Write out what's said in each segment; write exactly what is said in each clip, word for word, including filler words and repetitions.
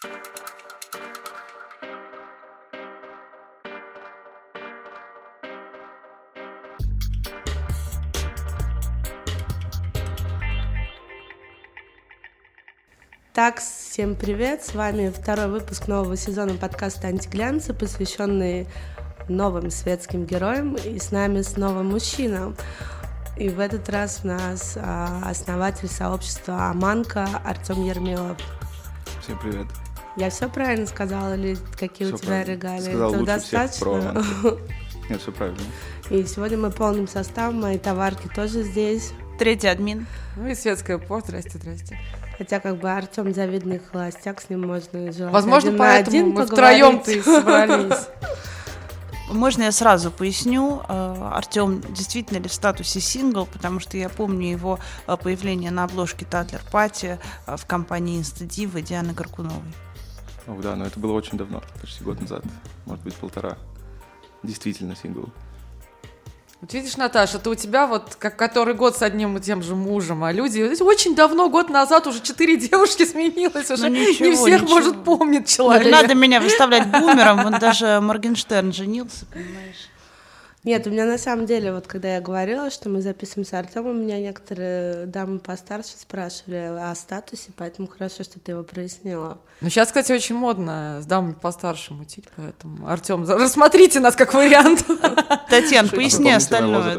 Так, всем привет, с вами второй выпуск нового сезона подкаста «Антиглянцы», посвященный новым светским героям, и с нами снова мужчина. И в этот раз у нас а, основатель сообщества «Аманка» Артем Ермилов. Всем привет. Я все правильно сказала, или какие все у тебя правильно. регалии? Сказал Это лучше достаточно? всех про «Аманку». Нет, все правильно. И сегодня мы полным составом, мои товарки тоже здесь. Третий админ. Ну и светская по, здрасте, здрасте. Хотя как бы Артем завидный холостяк, с ним можно желать. Возможно, один поэтому на один мы втроем-то и собрались. Можно я сразу поясню? Артем действительно ли в статусе сингл, потому что я помню его появление на обложке Татлер Пати в компании Инстадива Дианы Горкуновой. Ох, да, но это было очень давно, почти год назад, может быть, полтора. Действительно сингл. Вот видишь, Наташа, это у тебя вот как который год с одним и тем же мужем, а люди очень давно, год назад уже четыре девушки сменилось, уже ну, ничего, не всех, ничего. Может, помнит человек. Не надо меня выставлять бумером, вон даже Моргенштерн женился, понимаешь. Нет, у меня на самом деле, вот когда я говорила, что мы записываем с Артемом, меня некоторые дамы постарше спрашивали о статусе, поэтому хорошо, что ты его прояснила. Ну, сейчас, кстати, очень модно с дамами постарше мутить, поэтому, Артем, рассмотрите нас как вариант. Татьяна, поясни остальное.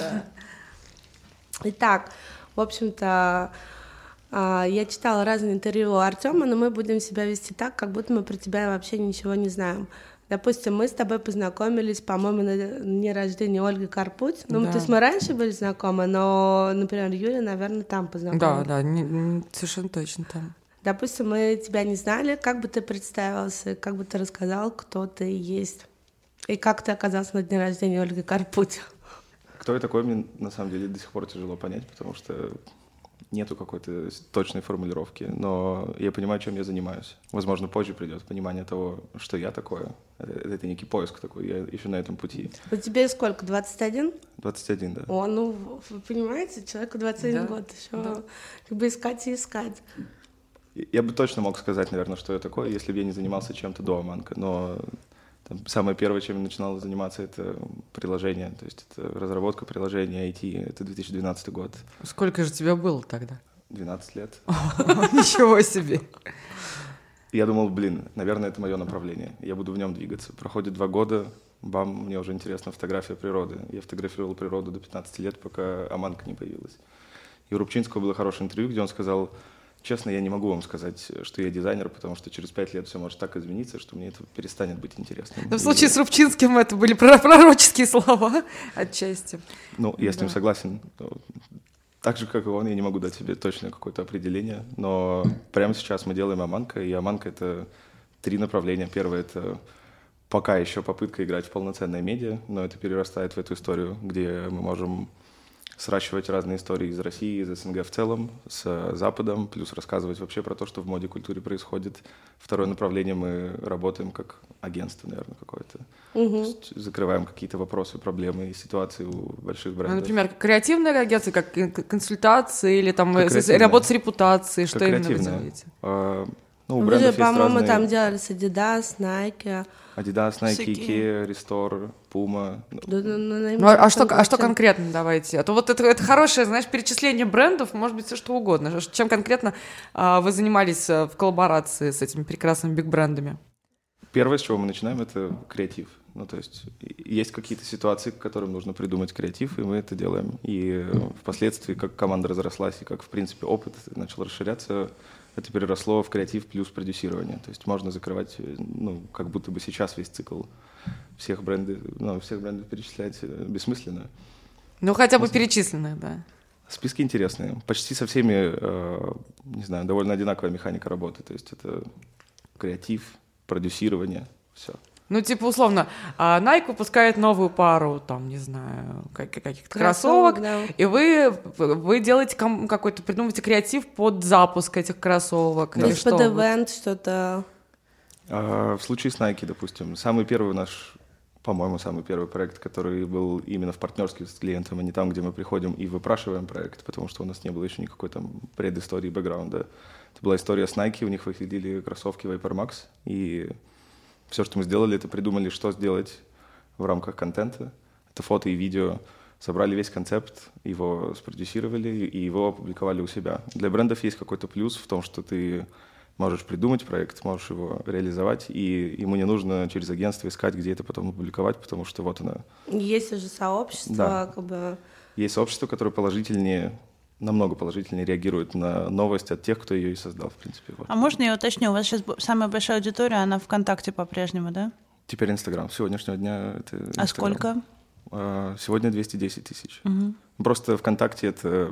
Итак, в общем-то, я читала разные интервью у Артема, но мы будем себя вести так, как будто мы про тебя вообще ничего не знаем. Допустим, мы с тобой познакомились, по-моему, на дне рождения Ольги Карпуть. Ну, да. То есть мы раньше были знакомы, но, например, Юля, наверное, там познакомилась. Да, да, не, не, совершенно точно там. Допустим, мы тебя не знали, как бы ты представился, как бы ты рассказал, кто ты есть, и как ты оказался на дне рождения Ольги Карпуть. Кто я такой, мне на самом деле до сих пор тяжело понять, потому что нету какой-то точной формулировки, но я понимаю, чем я занимаюсь. Возможно, позже придет понимание того, что я такое. Это, это некий поиск такой, я еще на этом пути. У тебя сколько, двадцать один? двадцать один, да. О, ну, вы понимаете, человеку двадцать один да. год, еще да. как бы искать и искать. Я бы точно мог сказать, наверное, что я такой, если бы я не занимался чем-то до Аманка, но там, самое первое, чем я начинал заниматься, это приложение, то есть это разработка приложения ай ти, это две тысячи двенадцатый год. Сколько же тебе было тогда? двенадцать лет. Ничего себе! Я думал, блин, наверное, это мое направление, я буду в нем двигаться. Проходит два года, бам, мне уже интересна фотография природы. Я фотографировал природу до пятнадцати лет, пока Аманка не появилась. И у Рубчинского было хорошее интервью, где он сказал: честно, я не могу вам сказать, что я дизайнер, потому что через пять лет все может так измениться, что мне это перестанет быть интересным. Но в случае и... с Рубчинским это были пророческие слова отчасти. Ну, я да. с ним согласен. Так же, как и он, я не могу дать себе точное какое-то определение, но прямо сейчас мы делаем Аманка, и Аманка — это три направления. Первое — это пока еще попытка играть в полноценное медиа, но это перерастает в эту историю, где мы можем сращивать разные истории из России, из СНГ в целом, с Западом, плюс рассказывать вообще про то, что в моде и культуре происходит. Второе направление — мы работаем как агентство, наверное, какое-то. Угу. То есть закрываем какие-то вопросы, проблемы и ситуации у больших брендов. Ну, например, как креативная агентство, как консультации или там работа с репутацией, как что именно вы делаете? А, ну, у вы брендов же, по-моему, разные... там делали с Adidas, Nike... Adidas, Nike, Ikea, Restore, Puma. Да, ну, ну, а, а, что, а что конкретно давайте? А то вот это, это хорошее, знаешь, перечисление брендов, может быть, все что угодно. Чем конкретно а, вы занимались в коллаборации с этими прекрасными биг-брендами? Первое, с чего мы начинаем, это креатив. Ну, то есть есть какие-то ситуации, к которым нужно придумать креатив, и мы это делаем. И впоследствии, как команда разрослась, и как, в принципе, опыт начал расширяться, это переросло в креатив плюс продюсирование. То есть можно закрывать, ну, как будто бы сейчас весь цикл всех брендов, ну, всех брендов перечислять бессмысленно. Ну, хотя бы Можно... перечисленных, да. Списки интересные. Почти со всеми, э, не знаю, довольно одинаковая механика работы. То есть это креатив, продюсирование, все. Ну, типа, условно, Nike выпускает новую пару, там, не знаю, каких-то кроссовок, кроссовок да. и вы, вы делаете какой-то, придумываете креатив под запуск этих кроссовок. То есть под ивент что-то... А, в случае с Nike, допустим, самый первый наш по-моему, самый первый проект, который был именно в партнерстве с клиентом, а не там, где мы приходим и выпрашиваем проект, потому что у нас не было еще никакой там предыстории, бэкграунда. Это была история с Nike, у них выходили кроссовки Vapor Max, и все, что мы сделали, это придумали, что сделать в рамках контента. Это фото и видео. Собрали весь концепт, его спродюсировали и его опубликовали у себя. Для брендов есть какой-то плюс в том, что ты можешь придумать проект, можешь его реализовать, и ему не нужно через агентство искать, где это потом опубликовать, потому что вот оно. Есть уже сообщество, да. как бы... Есть сообщество, которое положительнее, намного положительнее реагирует на новость от тех, кто ее и создал, в принципе. Вот. А можно я уточню? У вас сейчас самая большая аудитория, она ВКонтакте по-прежнему, да? Теперь Инстаграм. С сегодняшнего дня это Instagram. А сколько? Сегодня двести десять тысяч. Угу. Просто ВКонтакте это,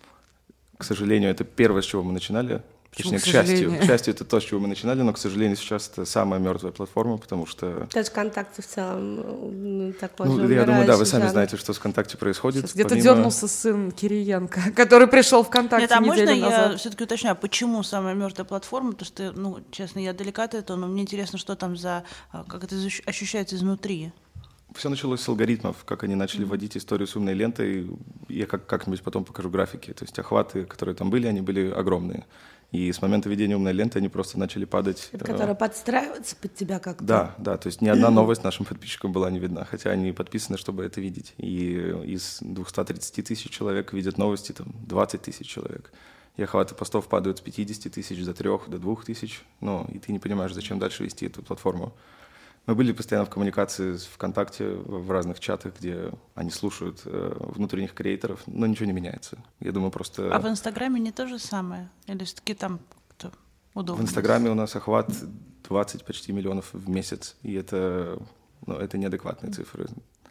к сожалению, это первое, с чего мы начинали. Почему, Точнее, к, к счастью. К счастью, это то, с чего мы начинали, но, к сожалению, сейчас это самая мертвая платформа, потому что... Даже ВКонтакте в целом ну, такой ну, же я думаю, да, вы сами жанр. знаете, что с ВКонтакте происходит. Сейчас где-то помимо... дернулся сын Кириенко, который пришел в ВКонтакте Нет, а неделю можно назад. я все-таки уточняю, почему самая мертвая платформа? Потому что, ну, честно, я далека от этого, но мне интересно, что там за... как это ощущается изнутри. Все началось с алгоритмов, как они начали вводить историю с умной лентой. Я как- как-нибудь потом покажу графики. То есть охваты, которые там были, они были огромные. И с момента введения умной ленты они просто начали падать. Это которая подстраивается под тебя как-то? Да, да. То есть ни одна новость нашим подписчикам была не видна, хотя они подписаны, чтобы это видеть. И из двухсот тридцати тысяч человек видят новости там двадцать тысяч человек. И охваты постов падают с пятидесяти тысяч до трех, до двух тысяч. Ну, и ты не понимаешь, зачем дальше вести эту платформу. Мы были постоянно в коммуникации с ВКонтакте в разных чатах, где они слушают э, внутренних креаторов, но ничего не меняется. Я думаю, просто... А в Инстаграме не то же самое? Или все-таки там как-то удобно? В Инстаграме у нас охват двадцать почти миллионов в месяц, и это, ну, это неадекватные цифры.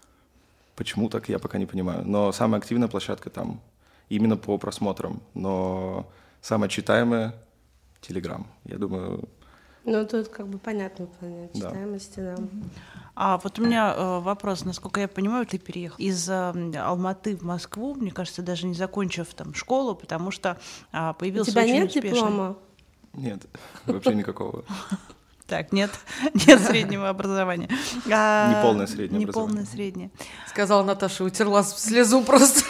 Почему так, я пока не понимаю. Но самая активная площадка там именно по просмотрам, но самая читаемая — Телеграм. Я думаю... Ну, тут как бы понятно плане Да. читаемости, да. А вот у меня э, вопрос, насколько я понимаю, ты переехал из э, Алматы в Москву, мне кажется, даже не закончив там школу, потому что э, появился У тебя очень нет успешный... диплома? Нет, вообще никакого. Так, нет, нет среднего образования. А, Неполное среднее Неполное образование. среднее. Сказала Наташа, утерла слезу просто.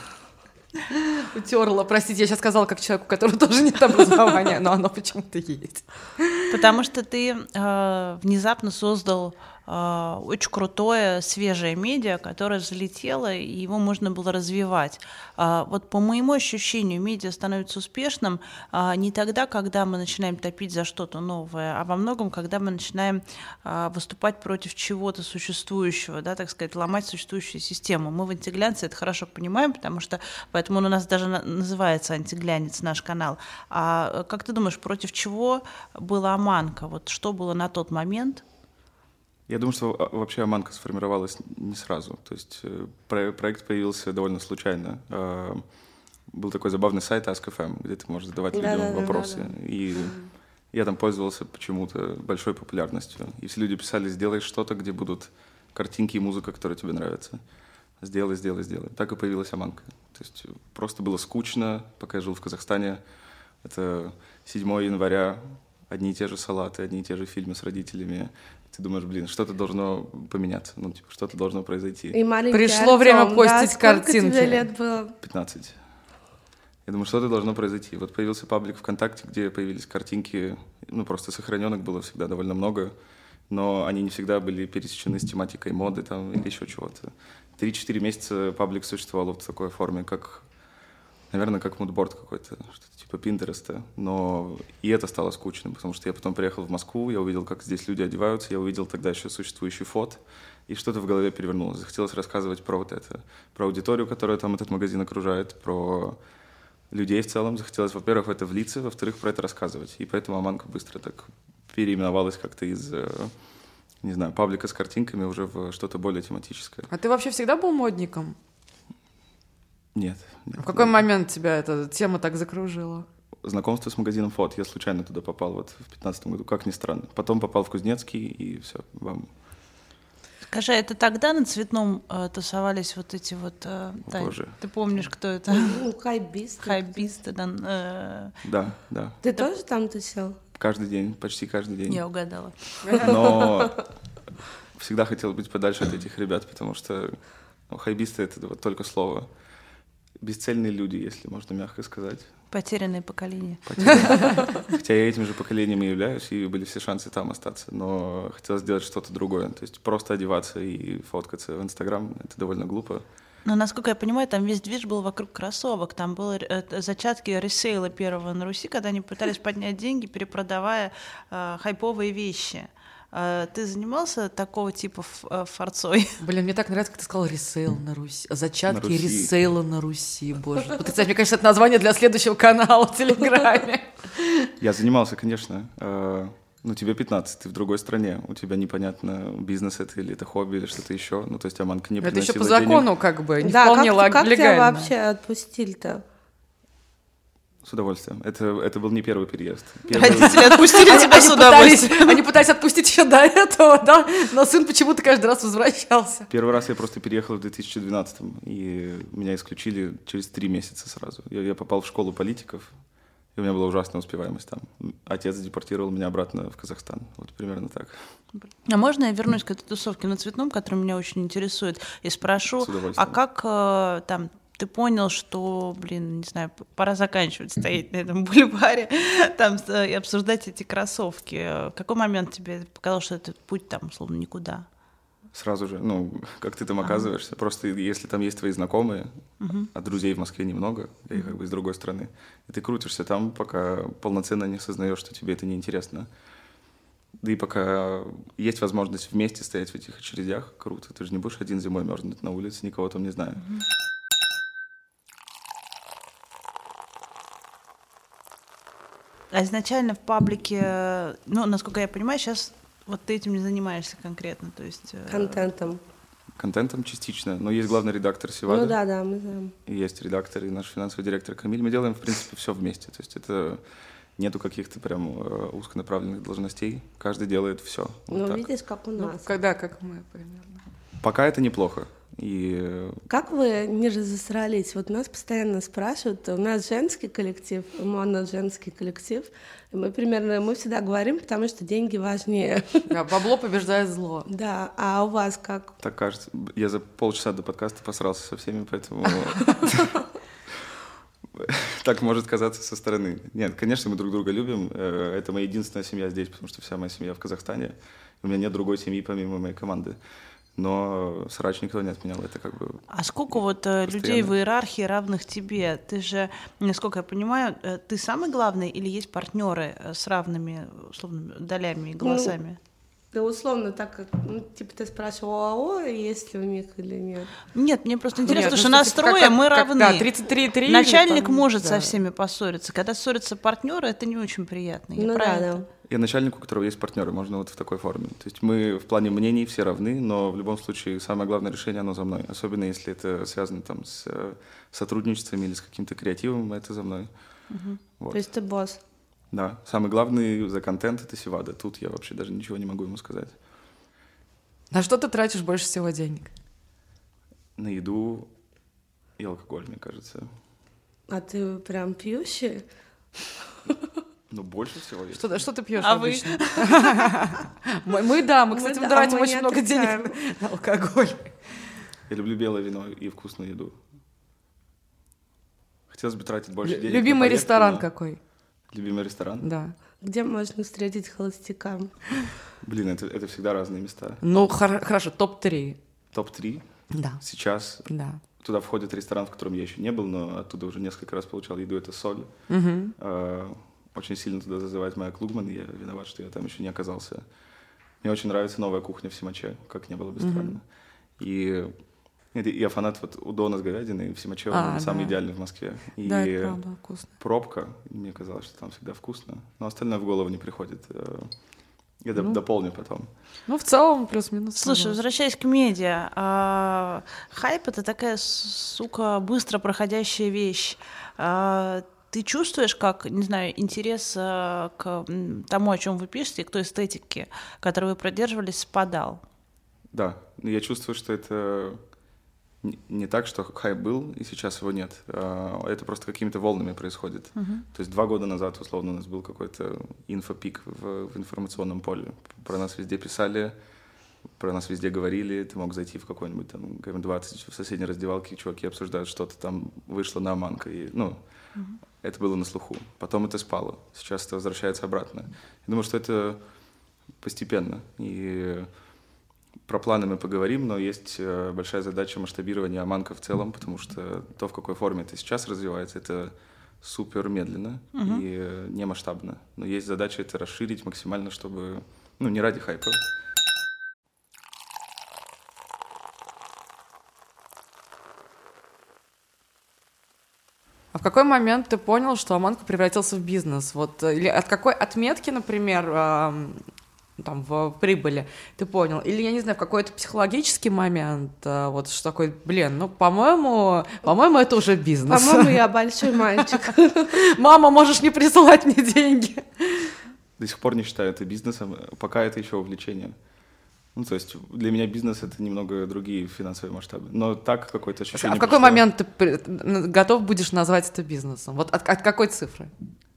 Утерла, простите, я сейчас сказала как человеку, у которого тоже нет образования, но оно почему-то есть. Потому что ты э, внезапно создал э, очень крутое, свежее медиа, которое взлетело, и его можно было развивать. Э, вот по моему ощущению, медиа становится успешным э, не тогда, когда мы начинаем топить за что-то новое, а во многом, когда мы начинаем э, выступать против чего-то существующего, да, так сказать, ломать существующую систему. Мы в антиглянце это хорошо понимаем, потому что поэтому он у нас даже на- называется «Антиглянец», наш канал. А как ты думаешь, против чего была Аманка? Вот что было на тот момент? Я думаю, что а, вообще Аманка сформировалась не сразу. То есть э, про- проект появился довольно случайно. Э, Был такой забавный сайт Ask эф эм, где ты можешь задавать людям Да-да-да-да-да. вопросы. И я там пользовался почему-то большой популярностью. И все люди писали: сделай что-то, где будут картинки и музыка, которая тебе нравится. Сделай, сделай, сделай. Так и появилась Аманка. То есть просто было скучно, пока я жил в Казахстане. Это седьмого января, одни и те же салаты, одни и те же фильмы с родителями. Ты думаешь, блин, что-то должно поменяться, ну, типа, что-то должно произойти. И маленький Пришло Артём, время да? постить Сколько картинки. тебе лет было? пятнадцать. Я думаю, что-то должно произойти. Вот появился паблик ВКонтакте, где появились картинки, ну, просто сохраненных было всегда довольно много, но они не всегда были пересечены с тематикой моды там или еще чего-то. Три-четыре месяца паблик существовал в такой форме, как, наверное, как мудборд какой-то, что-то типа Пинтереста, но и это стало скучным, потому что я потом приехал в Москву, я увидел, как здесь люди одеваются, я увидел тогда еще существующий фот, и что-то в голове перевернулось. Захотелось рассказывать про вот это, про аудиторию, которая там этот магазин окружает, про людей в целом. Захотелось, во-первых, в это влиться, во-вторых, про это рассказывать. И поэтому Аманка быстро так переименовалась как-то из, не знаю, паблика с картинками уже в что-то более тематическое. А ты вообще всегда был модником? Нет. нет В какой нет. момент тебя эта тема так закружила? Знакомство с магазином Фот. Я случайно туда попал вот в пятнадцатом году, как ни странно. Потом попал в Кузнецкий, и все, вам Скажи, это тогда на Цветном э, тусовались вот эти вот... Э, Тань, позже. ты помнишь, кто это? Ну, хайбист. Хайбисты, да. э, Да, да. Ты тоже там тусил? Каждый день, почти каждый день. Я угадала. Но всегда хотел быть подальше от этих ребят, потому что ну, хайбисты — это вот только слово. Бесцельные люди, если можно мягко сказать. Потерянное поколение. Потерянное. Хотя я этим же поколением и являюсь, и были все шансы там остаться, но хотелось сделать что-то другое. То есть просто одеваться и фоткаться в Инстаграм — это довольно глупо. Но, насколько я понимаю, там весь движ был вокруг кроссовок. Там были зачатки ресейла первого на Руси, когда они пытались поднять деньги, перепродавая э, хайповые вещи. Э, ты занимался такого типа форцой? Блин, мне так нравится, как ты сказал ресейл на Руси. Зачатки на Руси. Ресейла на Руси, боже. Потрясающе. Мне кажется, это название для следующего канала в Телеграме. Я занимался, конечно. Ну, тебе пятнадцать, ты в другой стране, у тебя непонятно, бизнес это или это хобби, или что-то еще. Ну, то есть Аманка не приносила денег. Это еще по закону как бы, не да, вполне как, как легально. тебя вообще отпустили-то? С удовольствием. Это, это был не первый переезд. Первый... Родители отпустили тебя с удовольствием. Они пытались отпустить еще до этого, да, но сын почему-то каждый раз возвращался. Первый раз я просто переехал в две тысячи двенадцатом, и меня исключили через три месяца сразу. Я, я попал в школу политиков, и у меня была ужасная успеваемость там. Отец депортировал меня обратно в Казахстан. Вот примерно так. А можно я вернусь к этой тусовке на Цветном, которая меня очень интересует, и спрошу, а как э, там ты понял, что, блин, не знаю, пора заканчивать, стоять на этом бульваре там, и обсуждать эти кроссовки? В какой момент тебе показалось, что этот путь там, условно, никуда? Сразу же, ну, как ты там оказываешься. А-а-а. Просто если там есть твои знакомые, uh-huh. а друзей в Москве немного, я uh-huh. как бы из другой страны, и ты крутишься там, пока полноценно не осознаешь, что тебе это неинтересно. Да и пока есть возможность вместе стоять в этих очередях, круто. Ты же не будешь один зимой мерзнуть на улице, никого там не знаю. Uh-huh. А изначально в паблике, ну, насколько я понимаю, сейчас вот ты этим не занимаешься конкретно, то есть... Контентом. Контентом частично, но есть главный редактор Севада. Ну да, да, мы знаем. И есть редактор и наш финансовый директор Камиль. Мы делаем, в принципе, все вместе, то есть это... Нету каких-то прям узконаправленных должностей, каждый делает все. Ну, вот видишь, как у нас. Ну, когда, как мы, примерно. Пока это неплохо. И... Как вы не разосрались? Вот нас постоянно спрашивают, у нас женский коллектив, моно женский коллектив, и мы примерно, мы всегда говорим, потому что деньги важнее. Да, бабло побеждает зло. Да, а у вас как? Так кажется. Я за полчаса до подкаста посрался со всеми, поэтому... Так может казаться со стороны. Нет, конечно, мы друг друга любим. Это моя единственная семья здесь, потому что вся моя семья в Казахстане. У меня нет другой семьи, помимо моей команды. Но срач никто не отменял, это как бы... А сколько вот постоянно. Людей в иерархии равных тебе? Ты же, насколько я понимаю, ты самый главный или есть партнеры с равными, условно, долями и голосами? Ну, да, условно, так как, ну, типа ты спрашивал ОАО, есть ли у них или нет? Нет, мне просто интересно, нет, потому ну, что настроя мы как, равны. Да, тридцать три три. Начальник там, может да. со всеми поссориться. Когда ссорятся партнеры, это не очень приятно. Я ну да, да. Я начальник, у которого есть партнеры, можно вот в такой форме. То есть мы в плане мнений все равны, но в любом случае самое главное решение, оно за мной. Особенно если это связано там с сотрудничеством или с каким-то креативом, это за мной. Угу. Вот. То есть ты босс? Да, самый главный за контент — это Севада. Тут я вообще даже ничего не могу ему сказать. На что ты тратишь больше всего денег? На еду и алкоголь, мне кажется. А ты прям пьющий? Ну, больше всего есть. Что, что ты пьешь а обычно? мы? мы, да, мы, кстати, мы, да, тратим мы очень много денег на алкоголь. Я люблю белое вино и вкусную еду. Хотелось бы тратить больше Л- денег. Любимый на поездки, ресторан но... какой? Любимый ресторан? Да. Где можно встретить холостяка? Блин, это, это всегда разные места. Ну, хор- хорошо, топ три. топ три? Да. Сейчас Да. туда входит ресторан, в котором я еще не был, но оттуда уже несколько раз получал еду, это «Соль». Угу. Э, очень сильно туда зазывает моя Клугман, и я виноват, что я там еще не оказался. Мне очень нравится новая кухня в Симаче, как не было бы странно. Угу. И я фанат вот удона с говядиной, в Симаче он а, самый да. идеальный в Москве. И да, это правда вкусно. Пробка, мне казалось, что там всегда вкусно, но остальное в голову не приходит. Я ну, дополню потом. Ну, в целом, плюс-минус. Слушай, согласен. Возвращаясь к медиа, а, хайп — это такая, сука, быстро проходящая вещь. А, ты чувствуешь, как, не знаю, интерес а, к тому, о чем вы пишете, к той эстетике, которую вы продерживались, спадал? Да, я чувствую, что это не так, что хайп был, и сейчас его нет. Это просто какими-то волнами происходит. Uh-huh. То есть два года назад, условно, у нас был какой-то инфопик в, в информационном поле. Про нас везде писали, про нас везде говорили, ты мог зайти в какой-нибудь там ка эм двадцать, в соседней раздевалке, чуваки обсуждают что-то, там вышло на Аманка, и, ну, mm-hmm. это было на слуху. Потом это спало, сейчас это возвращается обратно. Я думаю, что это постепенно, и про планы мы поговорим, но есть большая задача масштабирования Аманка в целом, потому что то, в какой форме это сейчас развивается, это супер медленно uh-huh. и не масштабно. Но есть задача это расширить максимально, чтобы, ну, не ради хайпа. А в какой момент ты понял, что Аманка превратился в бизнес? Вот, или от какой отметки, например, э, там, в прибыли ты понял? Или, я не знаю, в какой-то психологический момент, э, вот, что такой, блин, ну, по-моему, по-моему, это уже бизнес. По-моему, я большой мальчик. Мама, можешь не присылать мне деньги. До сих пор не считаю это бизнесом, пока это еще увлечение. Ну, то есть для меня бизнес — это немного другие финансовые масштабы. Но так какое-то ощущение... А в какой момент ты готов будешь назвать это бизнесом? Вот от, от какой цифры?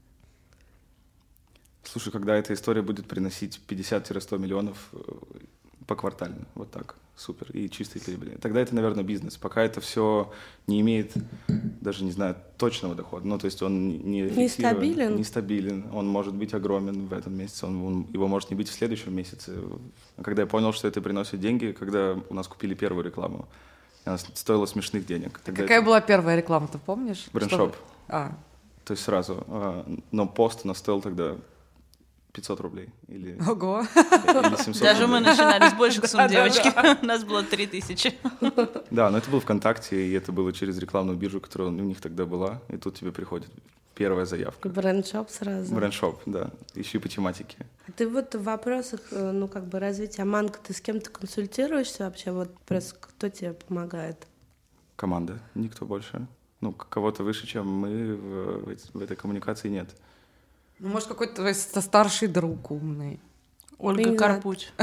Слушай, когда эта история будет приносить пятьдесят-сто миллионов поквартально, вот так, супер, и чистые прибыли, тогда это, наверное, бизнес. Пока это все не имеет, даже не знаю, точного дохода. Ну, то есть он не нестабилен. Нестабилен, он может быть огромен в этом месяце, он, он, его может не быть в следующем месяце. Когда я понял, что это приносит деньги, когда у нас купили первую рекламу, она стоила смешных денег. Тогда какая это... была первая реклама, ты помнишь? Брендшоп. А. То есть сразу. Но пост у нас стоил тогда пятьсот рублей. Или, Ого! Или семьсот Даже рублей. мы начинали с больших сумм, девочки. У нас было три тысячи. Да, но это было ВКонтакте, и это было через рекламную биржу, которая у них тогда была. И тут тебе приходит первая заявка. Брендшоп сразу. Брендшоп, да. Еще и по тематике. А ты вот в вопросах, ну, как бы развития Аманка, ты с кем-то консультируешься вообще? Вот просто кто тебе помогает? Команда. Никто больше. Ну, кого-то выше, чем мы, в, в этой коммуникации нет. Ну, может, какой-то твой старший друг умный. Ольга Карпуть.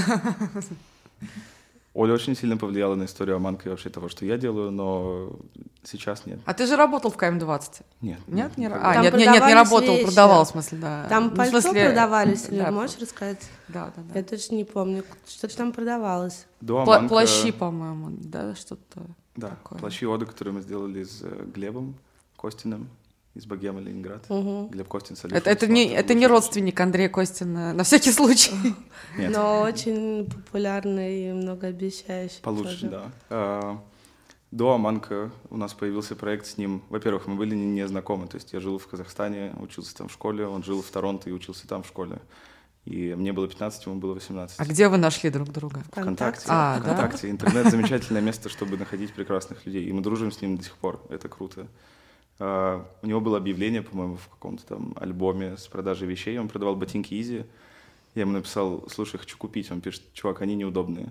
Оля очень сильно повлияла на историю Аманка и вообще того, что я делаю, но сейчас нет. А ты же работал в ка эм двадцать? Нет. Нет, не, Там а, нет, нет, нет, не работал, вещи. Продавал, в смысле, да. Там ну, пальто смысле... продавались, или да, можешь рассказать? Да, да, да. Я точно не помню, что-то там продавалось. До Пла- Аманка... Плащи, по-моему, да, что-то Да, такое. плащи Оды, которые мы сделали с Глебом Костиным из Богемы Ленинград. Угу. Глеб Костин с Это, это, не, это не родственник Андрея Костина, на всякий случай. Нет. Но очень популярный и многообещающий. Получше, да. А, до Аманка у нас появился проект с ним. Во-первых, мы были не, не знакомы. То есть я жил в Казахстане, учился там в школе, он жил в Торонто и учился там в школе. И мне было пятнадцать, ему было восемнадцать. А где вы нашли друг друга? ВКонтакте. А, ВКонтакте. Да? Интернет — замечательное место, чтобы находить прекрасных людей. И мы дружим с ним до сих пор. Это круто. Uh, у него было объявление, по-моему, в каком-то там альбоме с продажей вещей. Он продавал ботинки Easy. Я ему написал: слушай, хочу купить. Он пишет: чувак, они неудобные.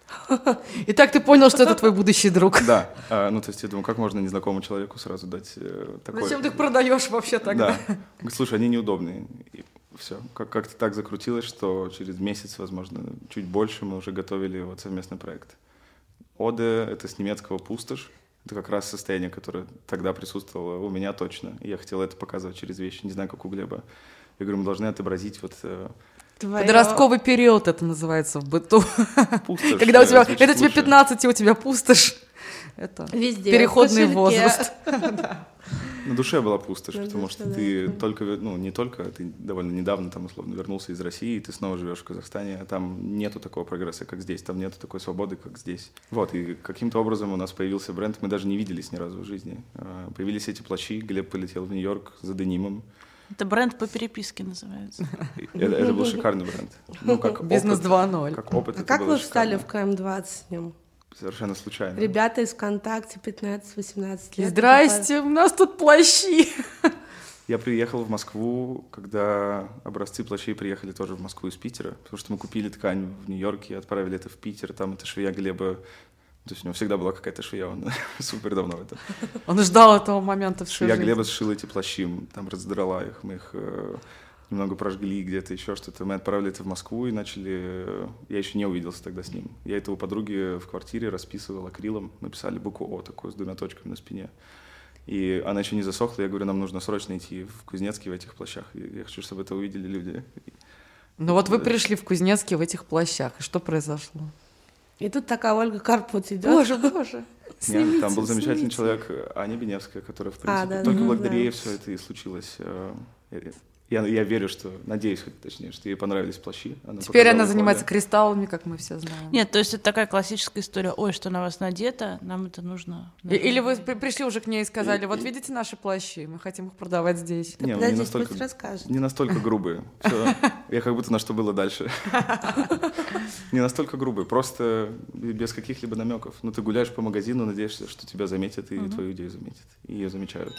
И так ты понял, что это твой будущий друг. Да. Uh, ну, то есть я думаю, как можно незнакомому человеку сразу дать uh, такое... Зачем ты их продаешь вообще тогда? Да. Он говорит: слушай, они неудобные. И все. Как- как-то так закрутилось, что через месяц, возможно, чуть больше, мы уже готовили вот совместный проект. Оде — это с немецкого «пустошь». Это как раз состояние, которое тогда присутствовало у меня точно. И я хотел это показывать через вещи, не знаю, как у Глеба. Я говорю, мы должны отобразить вот... Твоё... Подростковый период это называется в быту. Пустошь. Когда у тебя, звучит когда тебе лучше. пятнадцать, и у тебя пустошь. Это Везде, переходный в кошельке. возраст. На душе была пустошь, На потому душе, что да. ты только, ну, не только, ты довольно недавно там, условно, вернулся из России, и ты снова живешь в Казахстане, а там нету такого прогресса, как здесь, там нету такой свободы, как здесь. Вот, и каким-то образом у нас появился бренд, мы даже не виделись ни разу в жизни. Появились эти плащи, Глеб полетел в Нью-Йорк за денимом. Это бренд по переписке называется. Это, это был шикарный бренд. Ну, как Бизнес опыт, два ноль. Как опыт, А это как было вы встали шикарно. в ка эм двадцать с ним? Совершенно случайно. Ребята из ВКонтакте пятнадцать-восемнадцать лет. Здрасте, у нас тут плащи. Я приехал в Москву, когда образцы плащей приехали тоже в Москву из Питера, потому что мы купили ткань в Нью-Йорке и отправили это в Питер, там это швея Глеба, то есть у него всегда была какая-то швея, он супер давно это. Он ждал этого момента всю Швея жизнь. Глеба сшила эти плащи, там раздрала их, мы их э, немного прожгли где-то, еще что-то. Мы отправили это в Москву и начали... э, Я еще не увиделся тогда с ним. Я это у подруги в квартире расписывал акрилом, написали букву О такую с двумя точками на спине. И она еще не засохла, я говорю, нам нужно срочно идти в Кузнецкий в этих плащах. Я хочу, чтобы это увидели люди. Ну вот вы пришли в Кузнецкий в этих плащах, и что произошло? И тут такая Ольга Карпут идет. Боже, боже. Нет, там был замечательный человек, Аня Беневская, которая, в принципе, А, да, только да, благодаря да. ей все это и случилось. Я, я верю, что, надеюсь, точнее, что ей понравились плащи. Она Теперь она показала занимается условия. кристаллами, как мы все знаем. Нет, то есть это такая классическая история. Ой, что на вас надето, нам это нужно. И- Или вы при- пришли уже к ней и сказали, вот видите наши плащи, мы хотим их продавать здесь. Не, Подожди, не пусть настолько, расскажет. не настолько грубые. Всё. Я как будто на что было дальше. Не настолько грубые, просто без каких-либо намеков. Ну, ты гуляешь по магазину, надеешься, что тебя заметят и твою идею заметят. И ее замечают.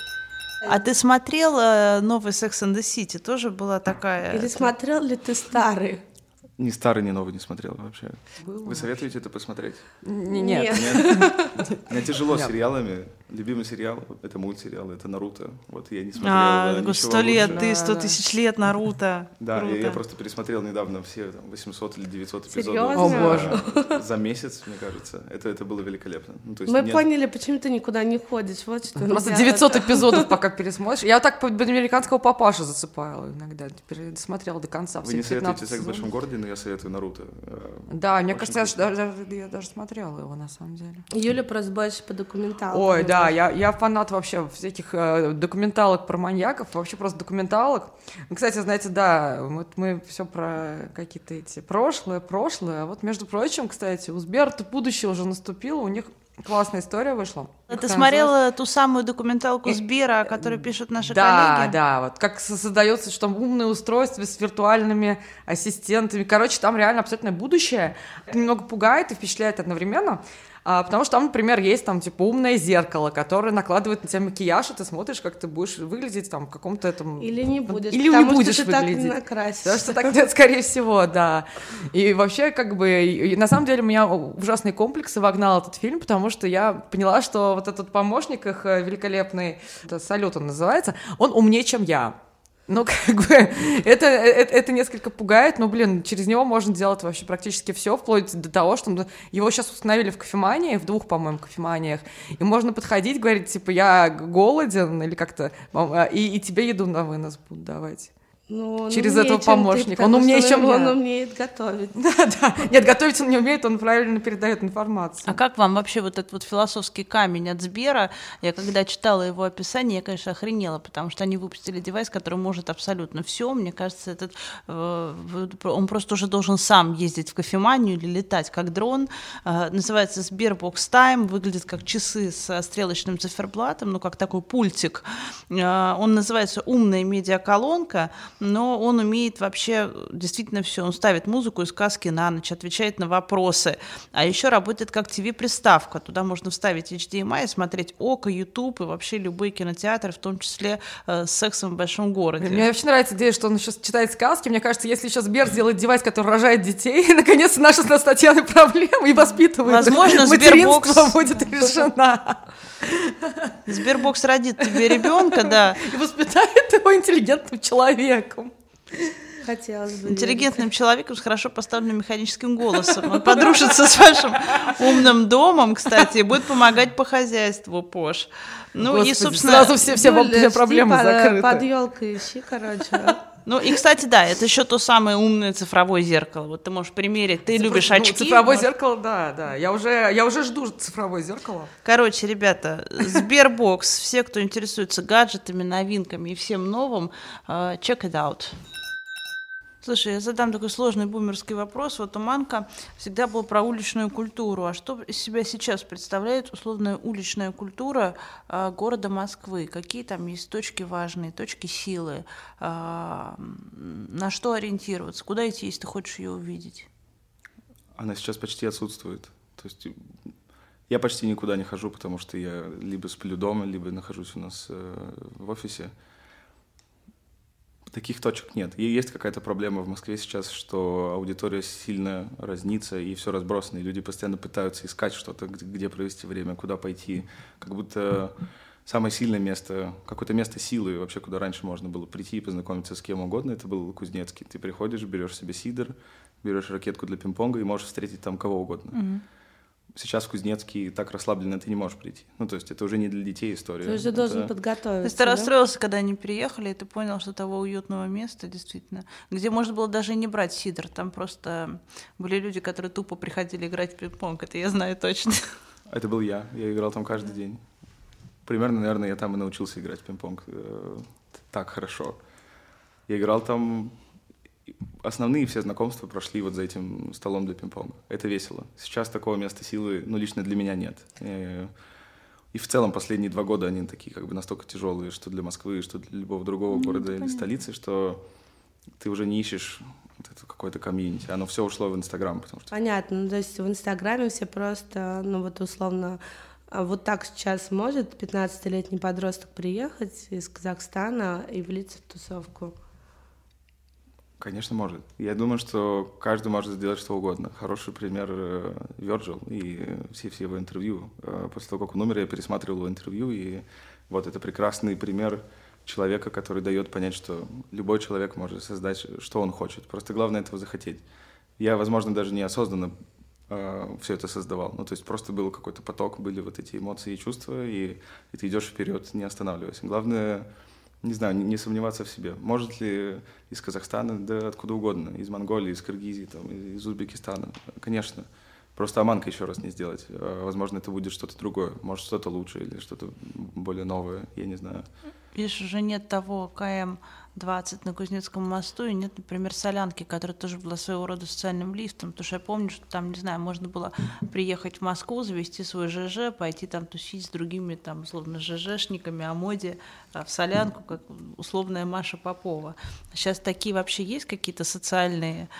А ты смотрел э, новый Sex and the City? Тоже была такая... Или смотрел ли ты старый? Ни старый, ни новый не смотрел вообще. Было Вы советуете это посмотреть? Н- Нет. Нет? Мне тяжело с Нет. сериалами. Любимый сериал — это мультсериал, это Наруто. Вот я не смотрел А, да, год, ничего сто лет, лучше. ты Да, сто да. тысяч лет, Наруто. Да, Круто. я, я просто пересмотрел недавно все там, восемьсот или девятьсот эпизодов. Серьезно? О, боже. За месяц, мне кажется. Это, это было великолепно. Ну, то есть Мы нет- поняли, почему ты никуда не ходишь. Вот что Просто делать. девятьсот эпизодов пока пересмотришь. Я так под американского папашу засыпала иногда. Теперь досмотрела до конца. Вы все не советуете пятнадцать «Секс в большом сезонов. городе», но я советую «Наруто». Э, Да, мне очень кажется, я, ж вкусно. даже, я даже смотрела его на самом деле. Юля просто больше по документалкам. Ой, да, я, я фанат вообще всяких э, документалок про маньяков, вообще просто документалок. Ну, кстати, знаете, да, вот мы все про какие-то эти прошлое, прошлое. А вот, между прочим, кстати, у Сбера-то будущее уже наступило, у них классная история вышла. Ты Как смотрела ту самую документалку Сбера, о которой пишут наши да, коллеги? да, вот как со- создается, что там умное устройство с виртуальными ассистентами. Короче, там реально абсолютное будущее. Это немного пугает и впечатляет одновременно. А, потому что там, например, есть там типа умное зеркало, которое накладывает на тебя макияж, и ты смотришь, как ты будешь выглядеть там в каком-то этом... Или не будешь, Или потому не будешь что ты так выглядеть. не накрасишь. Потому что так нет, скорее всего, да. И вообще, как бы, и на самом деле, меня ужасные комплексы вогнал этот фильм, потому что я поняла, что вот этот помощник их э, великолепный, это Салют он называется, он умнее, чем я. Ну, как бы, это, это, это несколько пугает, но, блин, через него можно делать вообще практически все, вплоть до того, что его сейчас установили в кофемании, в двух, по-моему, кофеманиях, и можно подходить, говорить, типа, я голоден, или как-то, и, и тебе еду на вынос будут давать. Ну, он Через умнее, этого чем помощника. ты, Он потому умнее, что чем он я. умеет готовить. Да, да. Нет, готовить он не умеет, он правильно передает информацию. А как вам вообще вот этот вот философский камень от Сбера? Я когда читала его описание, я, конечно, охренела, потому что они выпустили девайс, который может абсолютно все. Мне кажется, этот, э, он просто уже должен сам ездить в кофеманию или летать как дрон. Э, называется Sberbox Time, выглядит как часы со стрелочным циферблатом, ну как такой пультик. Э, он называется «Умная медиаколонка», но он умеет вообще действительно все. Он ставит музыку и сказки на ночь, отвечает на вопросы. А еще работает как ти ви-приставка. Туда можно вставить эйч ди эм ай, смотреть ОКО, YouTube и вообще любые кинотеатры, в том числе э, с «Сексом в большом городе». Мне вообще нравится идея, что он еще читает сказки. Мне кажется, если еще Сбер сделает девайс, который рожает детей, наконец-то наша с Татьяной проблема и воспитывает. Возможно, материнство Sberbox- будет решена. Sberbox родит тебе ребенка, да. И воспитает его интеллигентным человеком. Хотелось бы. Интеллигентным человеком с хорошо поставленным механическим голосом. Он подружится с вашим умным домом, кстати, и будет помогать по хозяйству, Пош. Ну Господи, и, собственно... сразу все, все, Юля, все проблемы жди, под- закрыты. Под елкой ищи, короче. Ну и, кстати, да, это еще то самое умное цифровое зеркало. Вот ты можешь примерить, ты любишь Ну, очки. цифровое можешь- зеркало, да, да. Я уже, я уже жду цифровое зеркало. Короче, ребята, Sberbox, все, кто интересуется гаджетами, новинками и всем новым, э, check it out. Слушай, я задам такой сложный бумерский вопрос. Вот у Манка всегда был про уличную культуру. А что из себя сейчас представляет условная уличная культура э, города Москвы? Какие там есть точки важные, точки силы? Э, на что ориентироваться? Куда идти, если ты хочешь ее увидеть? Она сейчас почти отсутствует. То есть я почти никуда не хожу, потому что я либо сплю дома, либо нахожусь у нас э, в офисе. Таких точек нет. И есть какая-то проблема в Москве сейчас, что аудитория сильно разнится, и все разбросано, и люди постоянно пытаются искать что-то, где, где провести время, куда пойти. Как будто самое сильное место, какое-то место силы вообще, куда раньше можно было прийти и познакомиться с кем угодно, это был Кузнецкий. Ты приходишь, берешь себе сидр, берешь ракетку для пинг-понга и можешь встретить там кого угодно. Mm-hmm. сейчас в Кузнецкий так расслабленно ты не можешь прийти. Ну, то есть это уже не для детей история. Ты уже это... должен подготовиться. То есть ты да? расстроился, когда они приехали, и ты понял, что того уютного места, действительно, где можно было даже не брать сидр, там просто были люди, которые тупо приходили играть в пинг-понг, это я знаю точно. Это был я, я играл там каждый день. Примерно, наверное, я там и научился играть в пинг-понг э, так хорошо. Я играл там... Основные все знакомства прошли вот за этим столом для пинг-понга. Это весело. Сейчас такого места силы, ну, лично для меня нет. И, и в целом последние два года они такие как бы настолько тяжелые, что для Москвы, что для любого другого mm, города или столицы, что ты уже не ищешь вот это какое-то комьюнити. Оно все ушло в Инстаграм. Потому что... Понятно. Ну, то есть в Инстаграме все просто, ну, вот условно... Вот так сейчас может пятнадцатилетний подросток приехать из Казахстана и влиться в тусовку? Конечно, может. Я думаю, что каждый может сделать что угодно. Хороший пример Virgil и все-все его интервью. После того, как он умер, я пересматривал его интервью, и вот это прекрасный пример человека, который дает понять, что любой человек может создать, что он хочет. Просто главное этого захотеть. Я, возможно, даже неосознанно э, все это создавал. Ну, то есть просто был какой-то поток, были вот эти эмоции и чувства, и, и ты идешь вперед, не останавливаясь. Главное... Не знаю, не, не сомневаться в себе. Может ли из Казахстана, да откуда угодно, из Монголии, из Киргизии, там, из Узбекистана. Конечно. Просто Аманка еще раз не сделать. Возможно, это будет что-то другое. Может, что-то лучше или что-то более новое, я не знаю. Видишь, уже нет того ка эм двадцать на Кузнецком мосту, и нет, например, Солянки, которая тоже была своего рода социальным лифтом, потому что я помню, что там, не знаю, можно было приехать в Москву, завести свой ЖЖ, пойти там тусить с другими, там, условно, ЖЖшниками о моде в Солянку, как условная Маша Попова. Сейчас такие вообще есть какие-то социальные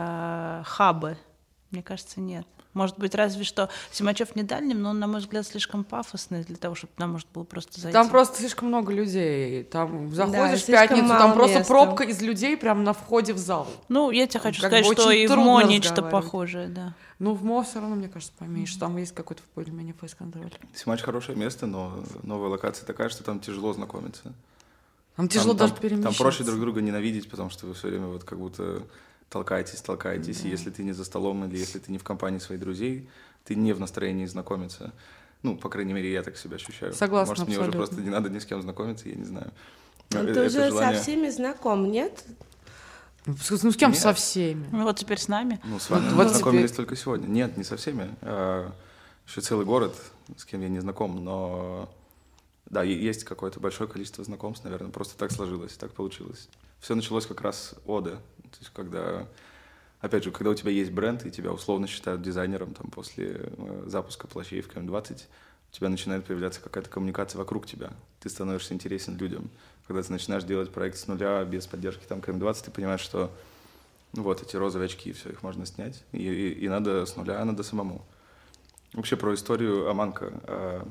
э, хабы? Мне кажется, нет. Может быть, разве что Симачев не дальним, но он, на мой взгляд, слишком пафосный для того, чтобы нам можно было просто зайти. Там просто слишком много людей. Там заходишь да, в пятницу, там просто места. Пробка из людей прямо на входе в зал. Ну, я тебе хочу как сказать, что и в МО нечто похожее, да. Ну, в МО все равно, мне кажется, поменьше. Там есть какой-то более-менее фейс-контроль. Симач хорошее место, но новая локация такая, что там тяжело знакомиться. Там тяжело там, даже там, перемещаться. Там проще друг друга ненавидеть, потому что вы все время вот как будто толкаетесь, толкаетесь, да. И если ты не за столом или если ты не в компании своих друзей, ты не в настроении знакомиться. Ну, по крайней мере, я так себя ощущаю. Согласна, Может, абсолютно. мне уже просто не надо ни с кем знакомиться, я не знаю. Ну, ты это уже желание... со всеми знаком, нет? Ну, с кем нет. со всеми? Ну, вот теперь с нами. Ну, с вами вот, мы знакомились теперь... только сегодня. Нет, не со всеми. А, еще целый город, с кем я не знаком, но... Да, есть какое-то большое количество знакомств, наверное, просто так сложилось, так получилось. Все началось как раз ода, то есть когда... Опять же, когда у тебя есть бренд, и тебя условно считают дизайнером там, после э, запуска плащей в ка эм двадцать, у тебя начинает появляться какая-то коммуникация вокруг тебя. Ты становишься интересен людям. Когда ты начинаешь делать проект с нуля, без поддержки там, ка эм двадцать, ты понимаешь, что ну, вот эти розовые очки, все, их можно снять, и, и, и надо с нуля, а надо самому. Вообще про историю Аманка. Э,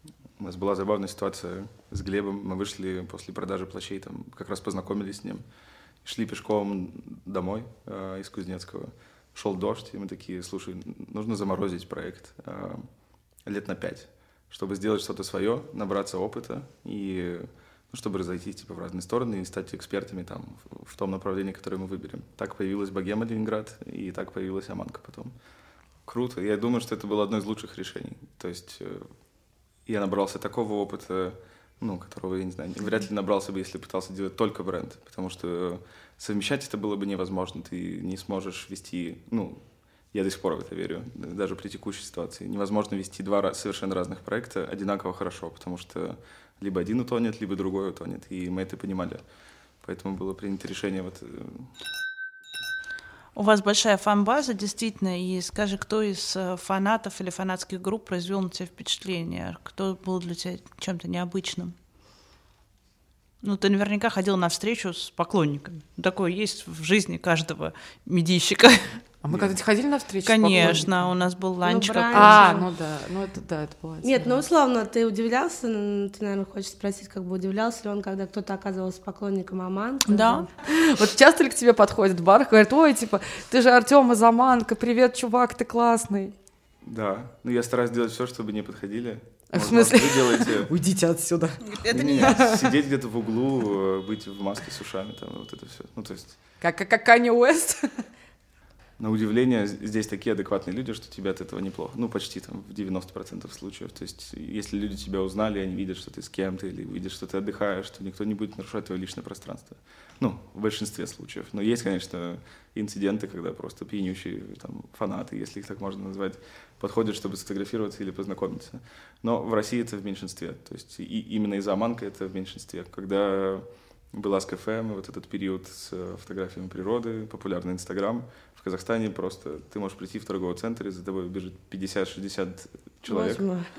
у нас была забавная ситуация с Глебом. Мы вышли после продажи плащей, там, как раз познакомились с ним. Шли пешком домой э, из Кузнецкого. Шел дождь, и мы такие, слушай, нужно заморозить проект э, лет на пять, чтобы сделать что-то свое, набраться опыта и ну, чтобы разойтись типа, в разные стороны и стать экспертами там, в, в том направлении, которое мы выберем. Так появилась Богема Ленинград, и так появилась Аманка потом. Круто. Я думаю, что это было одно из лучших решений. То есть э, я набрался такого опыта, ну, которого, я не знаю, вряд ли набрался бы, если пытался делать только бренд, потому что совмещать это было бы невозможно, ты не сможешь вести, ну, я до сих пор в это верю, даже при текущей ситуации, невозможно вести два совершенно разных проекта одинаково хорошо, потому что либо один утонет, либо другой утонет, и мы это понимали, поэтому было принято решение вот... У вас большая фан-база, действительно, и скажи, кто из фанатов или фанатских групп произвел на тебя впечатление? Кто был для тебя чем-то необычным? Ну, ты наверняка ходил на встречу с поклонниками. Такое есть в жизни каждого медийщика. А мы когда-то ходили на встречу? Конечно, у нас был ланч. Ну, а, ну да, ну это да, это было. Нет, ну условно, ты удивлялся, ты, наверное, хочешь спросить, как бы удивлялся ли он, когда кто-то оказывался поклонником Аманки? Да. Вот часто ли к тебе подходит в бар и говорит, ой, типа, ты же Артём из Аманка, привет, чувак, ты классный. Да, ну я стараюсь делать все, чтобы не подходили. В смысле? Вы делаете... Уйдите отсюда. Это не не я. Сидеть где-то в углу, быть в маске с ушами, там, вот это все. Ну, то есть... Как, как, как Канье Уэст? На удивление, здесь такие адекватные люди, что тебе от этого неплохо. Ну, почти там в девяносто процентов случаев. То есть, если люди тебя узнали, они видят, что ты с кем-то, или видят, что ты отдыхаешь, что никто не будет нарушать твое личное пространство. Ну, в большинстве случаев. Но есть, конечно, инциденты, когда просто пьянющие там, фанаты, если их так можно назвать, подходят, чтобы сфотографироваться или познакомиться. Но в России это в меньшинстве. То есть, и именно из-за Аманка это в меньшинстве. Когда была с кафе, вот этот период с фотографиями природы, популярный Инстаграм. В Казахстане просто ты можешь прийти в торговый центр, и за тобой бежит пятьдесят-шестьдесят человек.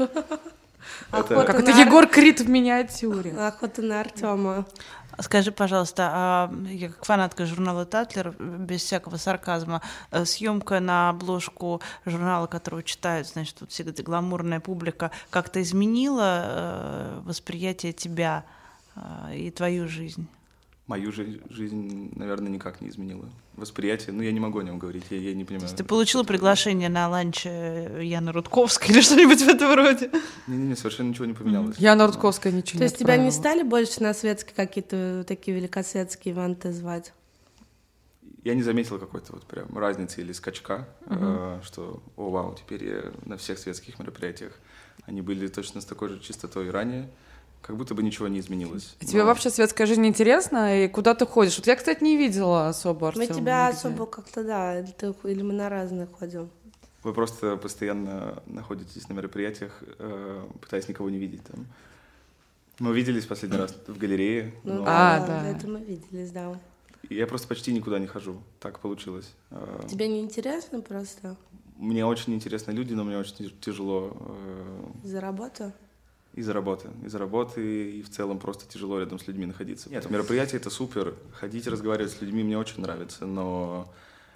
Это... Как это Егор Крид в миниатюре. Охота на Артема. Скажи, пожалуйста, а я как фанатка журнала «Татлер», без всякого сарказма, съемка на обложку журнала, которого читают, значит, тут всегда гламурная публика, как-то изменила восприятие тебя и твою жизнь? Мою же жизнь, наверное, никак не изменила. Восприятие, ну, я не могу о нем говорить, я, я не понимаю. То есть ты получила приглашение на ланч Яны Рудковской или что-нибудь в этом роде? Не-не-не, совершенно ничего не поменялось. Яна Рудковская ничего не То есть тебя не стали больше на светские какие-то такие великосветские ивенты звать? Я не заметил какой-то вот прям разницы или скачка, uh-huh. э, что, о, вау, теперь я на всех светских мероприятиях. Они были точно с такой же чистотой ранее. Как будто бы ничего не изменилось. Тебе но... вообще светская жизнь интересна? И куда ты ходишь? Вот я, кстати, не видела особо Артёма. Мы тебя нигде. особо как-то, да, или, ты, или мы на разные ходим. Вы просто постоянно находитесь на мероприятиях, э, пытаясь никого не видеть там. Мы виделись последний раз в галерее. Ну но... да, а, да, это мы виделись, да. Я просто почти никуда не хожу. Так получилось. Тебе не интересно просто? Мне очень интересны люди, но мне очень тяжело... Э... Из-за работы? Из-за работы. Из-за работы и в целом просто тяжело рядом с людьми находиться. Нет, мероприятие — это супер. Ходить, разговаривать с людьми мне очень нравится, но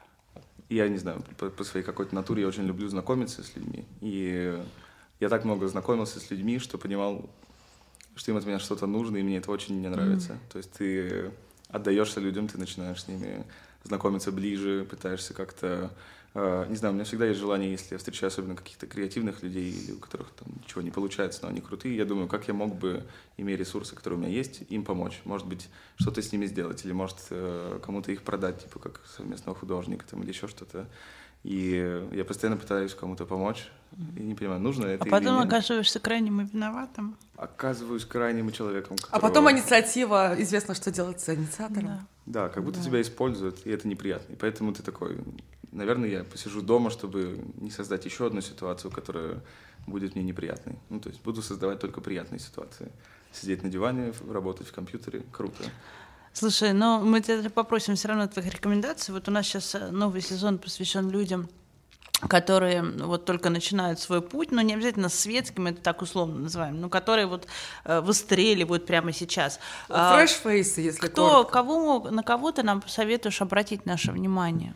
я не знаю, по, по своей какой-то натуре я очень люблю знакомиться с людьми. И я так много знакомился с людьми, что понимал, что им от меня что-то нужно, и мне это очень не нравится. Mm. То есть ты отдаешься людям, ты начинаешь с ними знакомиться ближе, пытаешься как-то... Не знаю, у меня всегда есть желание, если я встречаю особенно каких-то креативных людей, или у которых там ничего не получается, но они крутые, я думаю, как я мог бы, имея ресурсы, которые у меня есть, им помочь. Может быть, что-то с ними сделать, или может кому-то их продать, типа как совместного художника там, или еще что-то. И я постоянно пытаюсь кому-то помочь, и не понимаю, нужно это а потом или нет. Оказываешься крайним и виноватым. Оказываюсь крайним человеком, которого... А потом инициатива, известно, что делать с инициатором. Да, да как будто да. тебя используют, и это неприятно. И поэтому ты такой... Наверное, я посижу дома, чтобы не создать еще одну ситуацию, которая будет мне неприятной. Ну, то есть буду создавать только приятные ситуации. Сидеть на диване, работать в компьютере — круто. Слушай, ну мы тебя попросим все равно твоих рекомендаций. Вот у нас сейчас новый сезон посвящен людям, которые вот только начинают свой путь, но не обязательно светским, это так условно называем, но которые вот э, выстреливают прямо сейчас. Фреш-фейсы, если Кто, коротко. кого, на кого ты нам посоветуешь обратить наше внимание?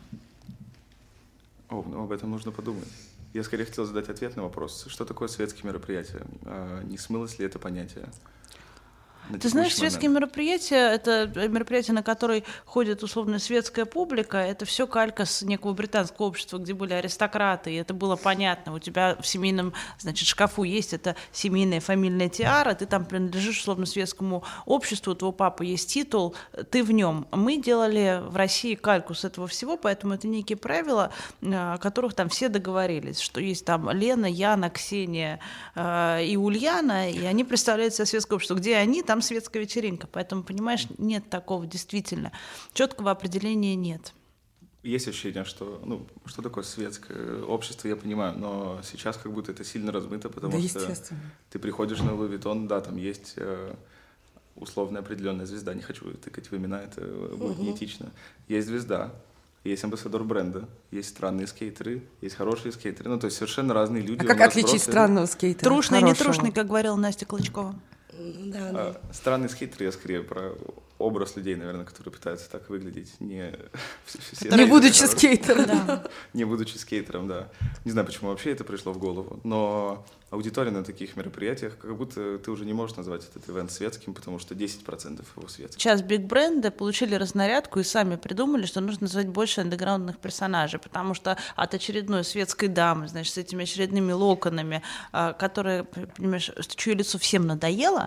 О, ну, об этом нужно подумать. Я скорее хотел задать ответ на вопрос, что такое светские мероприятия? А не смылось ли это понятие? Ты знаешь, светские мероприятия — это мероприятия, на которые ходит условно светская публика. Это все калька с некого британского общества, где были аристократы, и это было понятно. У тебя в семейном, значит, шкафу есть эта семейная фамильная тиара, ты там принадлежишь условно светскому обществу, у твоего папы есть титул, ты в нем. Мы делали в России кальку с этого всего, поэтому это некие правила, о которых там все договорились, что есть там Лена, Яна, Ксения э, и Ульяна, и они представляют себе светское общество. Где они, там светская вечеринка. Поэтому, понимаешь, нет такого действительно. Четкого определения нет. Есть ощущение, что, ну, что такое светское общество, я понимаю, но сейчас как будто это сильно размыто, потому да, что ты приходишь на Луи Виттон, да, там есть э, условная определенная звезда, не хочу тыкать в имена, это будет угу. неэтично. Есть звезда, есть амбассадор бренда, есть странные скейтеры, есть хорошие скейтеры, ну, то есть совершенно разные люди. А как отличить просто... странного скейтера? Трушный и нетрушный, как говорила Настя Клычкова. Да, да. А, странный скейтер, я скорее про образ людей, наверное, которые пытаются так выглядеть, не... Не будучи скейтером. Да. Не будучи скейтером, да. Не знаю, почему вообще это пришло в голову, но аудитория на таких мероприятиях, как будто ты уже не можешь назвать этот ивент светским, потому что десять процентов его светских. Сейчас биг-бренды получили разнарядку и сами придумали, что нужно назвать больше андеграундных персонажей, потому что от очередной светской дамы, значит, с этими очередными локонами, которая, понимаешь, чье лицо всем надоело,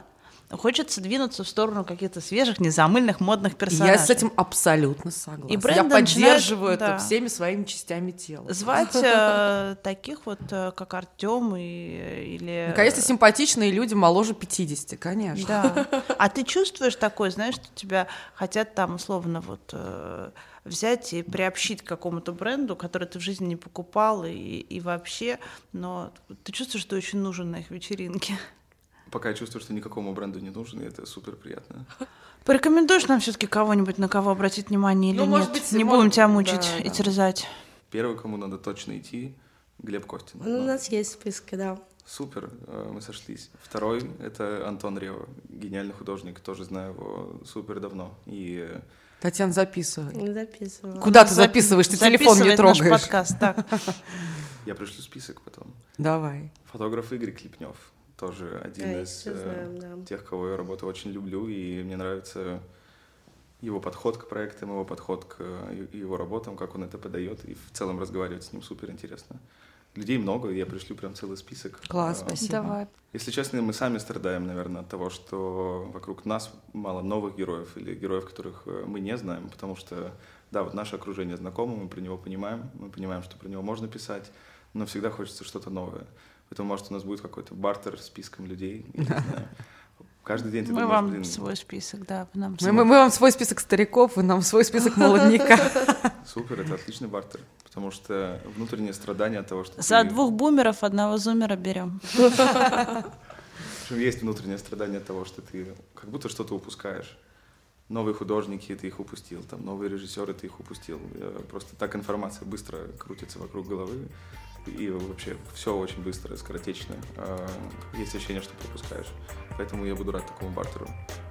хочется двинуться в сторону каких-то свежих, незамыльных, модных персонажей. Я с этим абсолютно согласна. И бренды я поддерживаю начинают, это да, всеми своими частями тела. Звать э, таких вот, э, как Артём и, или... Наконец-то симпатичные люди моложе пятидесяти, конечно. Да. А ты чувствуешь такое, знаешь, что тебя хотят там условно вот э, взять и приобщить к какому-то бренду, который ты в жизни не покупал и, и вообще, но ты чувствуешь, что очень нужен на их вечеринке? Пока я чувствую, что никакому бренду не нужен, и это супер приятно. Порекомендуешь нам все-таки кого-нибудь, на кого обратить внимание или ну, нет? Может быть, не может... будем тебя мучить да, и да. терзать. Первый, кому надо точно идти, Глеб Костин. Он у нас есть в списке, да. Супер, мы сошлись. Второй — это Антон Рева, гениальный художник, тоже знаю его супер давно. И... Татьяна, записывай. Не записывала. Куда ты записываешь? Ты телефон не трогаешь. Наш подкаст, так. Я пришлю список потом. Давай. Фотограф Игорь Клепнев, тоже один Да, из знаем, да. тех, кого я работу очень люблю, и мне нравится его подход к проектам, его подход к его работам, как он это подает, и в целом разговаривать с ним супер интересно. Людей много, я пришлю прям целый список. Класс, спасибо. Давай. Если честно, мы сами страдаем, наверное, от того, что вокруг нас мало новых героев или героев, которых мы не знаем, потому что, да, вот наше окружение знакомо, мы про него понимаем, мы понимаем, что про него можно писать, но всегда хочется что-то новое. Поэтому, может, у нас будет какой-то бартер с списком людей, я не знаю. Каждый день ты мы думаешь, вам блин... свой список, да. Нам мы, свой... мы, мы вам свой список стариков, вы нам свой список молодняка. Супер, это отличный бартер, потому что внутреннее страдание от того, что... За ты... двух бумеров одного зумера берем. Причем есть внутреннее страдание от того, что ты как будто что-то упускаешь. Новые художники, ты их упустил, там, новые режиссеры, ты их упустил. Просто так информация быстро крутится вокруг головы, и вообще все очень быстро, скоротечно. Есть ощущение, что пропускаешь. Поэтому я буду рад такому бартеру.